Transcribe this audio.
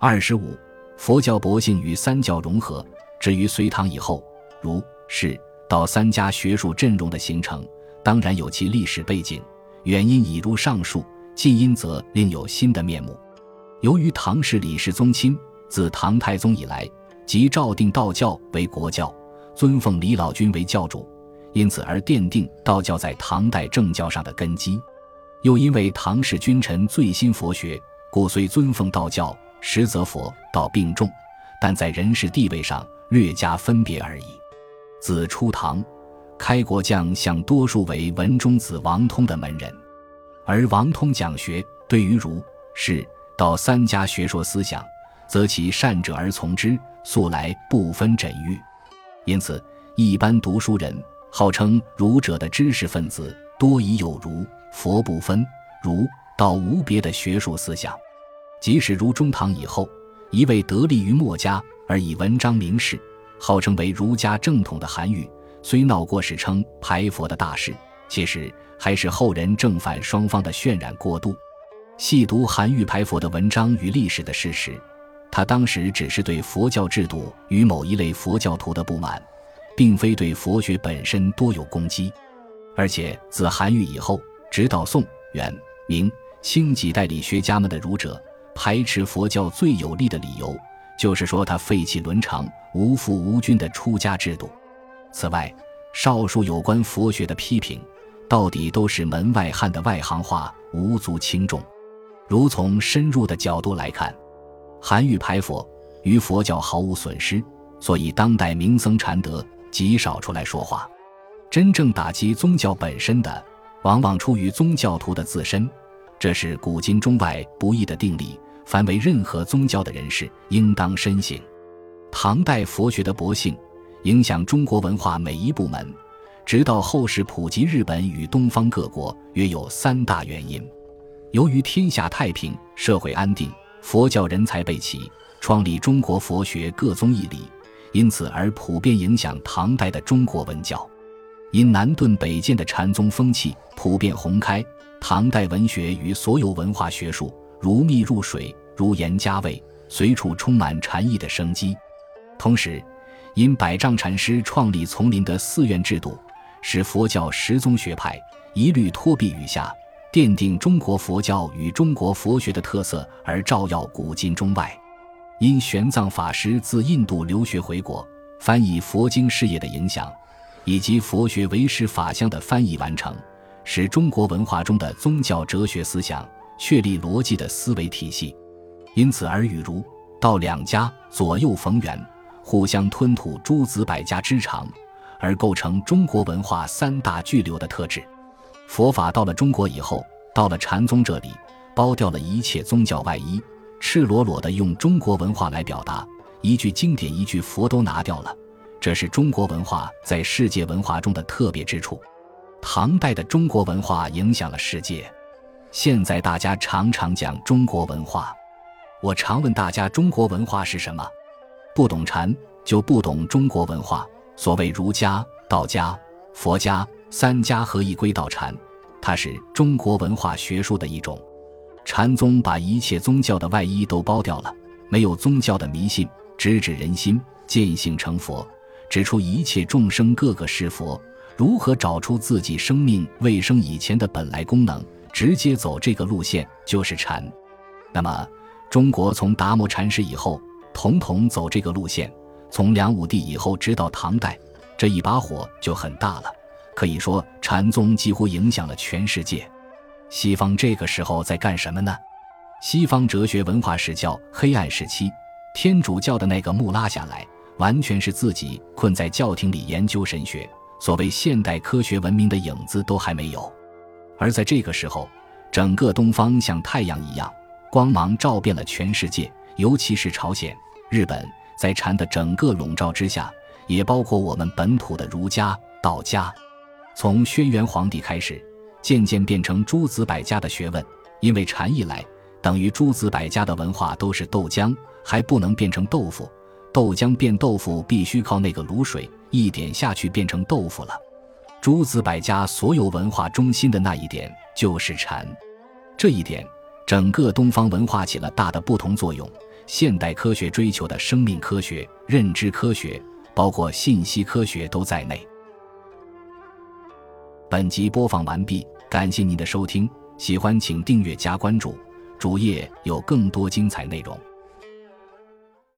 25佛教博性与三教融合。至于隋唐以后儒释道三家学术阵容的形成，当然有其历史背景，原因已如上述，近因则另有新的面目。由于唐氏李氏宗亲自唐太宗以来即诏定道教为国教，尊奉李老君为教主，因此而奠定道教在唐代政教上的根基。又因为唐氏君臣最新佛学，故虽尊奉道教，实则佛道并重，但在人事地位上略加分别而已。自初唐，开国将相多数为文中子王通的门人，而王通讲学对于儒释道三家学说思想，则其善者而从之，素来不分枕域。因此一般读书人号称儒者的知识分子，多已有儒佛不分、儒道无别的学术思想。即使如中唐以后，一位得力于墨家而以文章名士，号称为儒家正统的韩愈，虽闹过史称排佛的大事，其实还是后人正反双方的渲染过度。细读韩愈排佛的文章与历史的事实，他当时只是对佛教制度与某一类佛教徒的不满，并非对佛学本身多有攻击。而且自韩愈以后，直到宋、元、明、清几代理学家们的儒者排斥佛教最有力的理由，就是说他废弃伦常、无父无君的出家制度。此外，少数有关佛学的批评，到底都是门外汉的外行话，无足轻重。如从深入的角度来看，韩愈排佛于佛教毫无损失，所以当代名僧禅德极少出来说话。真正打击宗教本身的，往往出于宗教徒的自身，这是古今中外不易的定理，凡为任何宗教的人士应当深省。唐代佛学的博性影响中国文化每一部门，直到后世普及日本与东方各国，约有3大原因。由于天下太平，社会安定，佛教人才辈起，创立中国佛学各宗义理，因此而普遍影响唐代的中国文教。因南顿北渐的禅宗风气普遍红开，唐代文学与所有文化学术如蜜入水，如盐加味，随处充满禅意的生机。同时因百丈禅师创立丛林的寺院制度，使佛教十宗学派一律托庇于下，奠定中国佛教与中国佛学的特色，而照耀古今中外。因玄奘法师自印度留学回国，翻译佛经事业的影响，以及佛学唯识法相的翻译完成，使中国文化中的宗教哲学思想确立逻辑的思维体系，因此而与儒道两家左右逢源，互相吞吐诸子百家之长，而构成中国文化3大巨流的特质。佛法到了中国以后，到了禅宗这里，剥掉了一切宗教外衣，赤裸裸地用中国文化来表达，一句经典一句佛都拿掉了，这是中国文化在世界文化中的特别之处。唐代的中国文化影响了世界。现在大家常常讲中国文化，我常问大家中国文化是什么？不懂禅就不懂中国文化。所谓儒家、道家、佛家3家合一归道禅，它是中国文化学术的一种。禅宗把一切宗教的外衣都剥掉了，没有宗教的迷信，直指人心，见性成佛，指出一切众生个个是佛，如何找出自己生命未生以前的本来功能，直接走这个路线就是禅。那么中国从达摩禅师以后统统走这个路线，从梁武帝以后直到唐代，这一把火就很大了，可以说禅宗几乎影响了全世界。西方这个时候在干什么呢？西方哲学文化史叫黑暗时期，天主教的那个穆拉下来，完全是自己困在教廷里研究神学，所谓现代科学文明的影子都还没有。而在这个时候，整个东方像太阳一样，光芒照遍了全世界，尤其是朝鲜、日本，在禅的整个笼罩之下，也包括我们本土的儒家、道家。从轩辕皇帝开始，渐渐变成诸子百家的学问，因为禅一来，等于诸子百家的文化都是豆浆，还不能变成豆腐，豆浆变豆腐必须靠那个卤水一点下去变成豆腐了。诸子百家所有文化中心的那一点就是禅，这一点整个东方文化起了大的不同作用， 现代科学追求的生命科学、认知科学，包括信息科学都在内。本集播放完毕，感谢您的收听，喜欢请订阅加关注，主页有更多精彩内容。